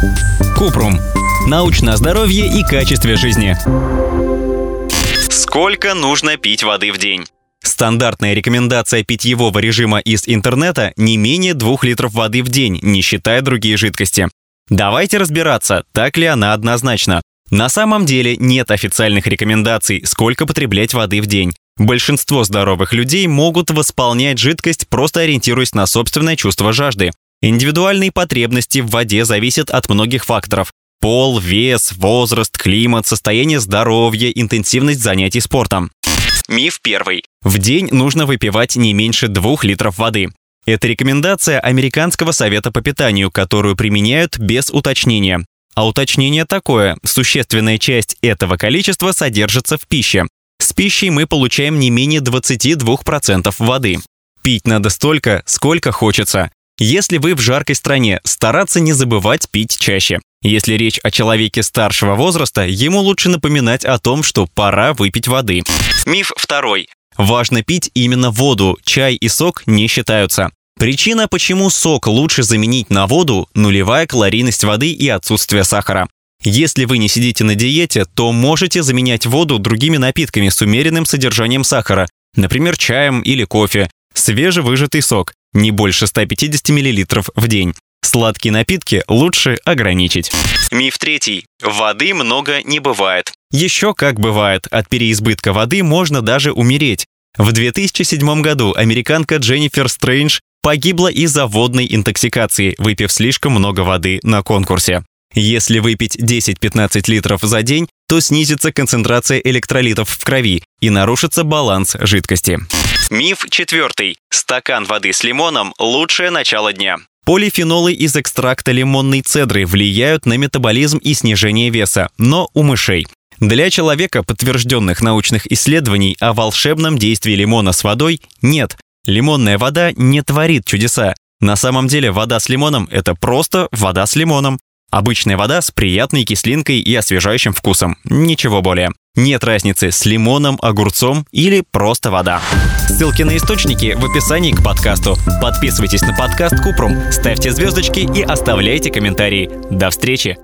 Купрум. Научное здоровье и качестве жизни. Сколько нужно пить воды в день? Стандартная рекомендация питьевого режима из интернета – не менее 2 литров воды в день, не считая другие жидкости. Давайте разбираться, так ли она однозначна. На самом деле нет официальных рекомендаций, сколько потреблять воды в день. Большинство здоровых людей могут восполнять жидкость, просто ориентируясь на собственное чувство жажды. Индивидуальные потребности в воде зависят от многих факторов. Пол, вес, возраст, климат, состояние здоровья, интенсивность занятий спортом. Миф первый. В день нужно выпивать не меньше 2 литров воды. Это рекомендация Американского совета по питанию, которую применяют без уточнения. А уточнение такое: существенная часть этого количества содержится в пище. С пищей мы получаем не менее 22% воды. Пить надо столько, сколько хочется. Если вы в жаркой стране, стараться не забывать пить чаще. Если речь о человеке старшего возраста, ему лучше напоминать о том, что пора выпить воды. Миф второй. Важно пить именно воду, чай и сок не считаются. Причина, почему сок лучше заменить на воду – нулевая калорийность воды и отсутствие сахара. Если вы не сидите на диете, то можете заменять воду другими напитками с умеренным содержанием сахара, например, чаем или кофе. Свежевыжатый сок – не больше 150 мл в день. Сладкие напитки лучше ограничить. Миф третий. Воды много не бывает. Еще как бывает, от переизбытка воды можно даже умереть. В 2007 году американка Дженнифер Стрейндж погибла из-за водной интоксикации, выпив слишком много воды на конкурсе. Если выпить 10-15 литров за день, то снизится концентрация электролитов в крови и нарушится баланс жидкости. Миф четвертый. Стакан воды с лимоном – лучшее начало дня. Полифенолы из экстракта лимонной цедры влияют на метаболизм и снижение веса, но у мышей. Для человека подтвержденных научных исследований о волшебном действии лимона с водой нет. Лимонная вода не творит чудеса. На самом деле вода с лимоном – это просто вода с лимоном. Обычная вода с приятной кислинкой и освежающим вкусом. Ничего более. Нет разницы с лимоном, огурцом или просто вода. Ссылки на источники в описании к подкасту. Подписывайтесь на подкаст Купрум, ставьте звездочки и оставляйте комментарии. До встречи!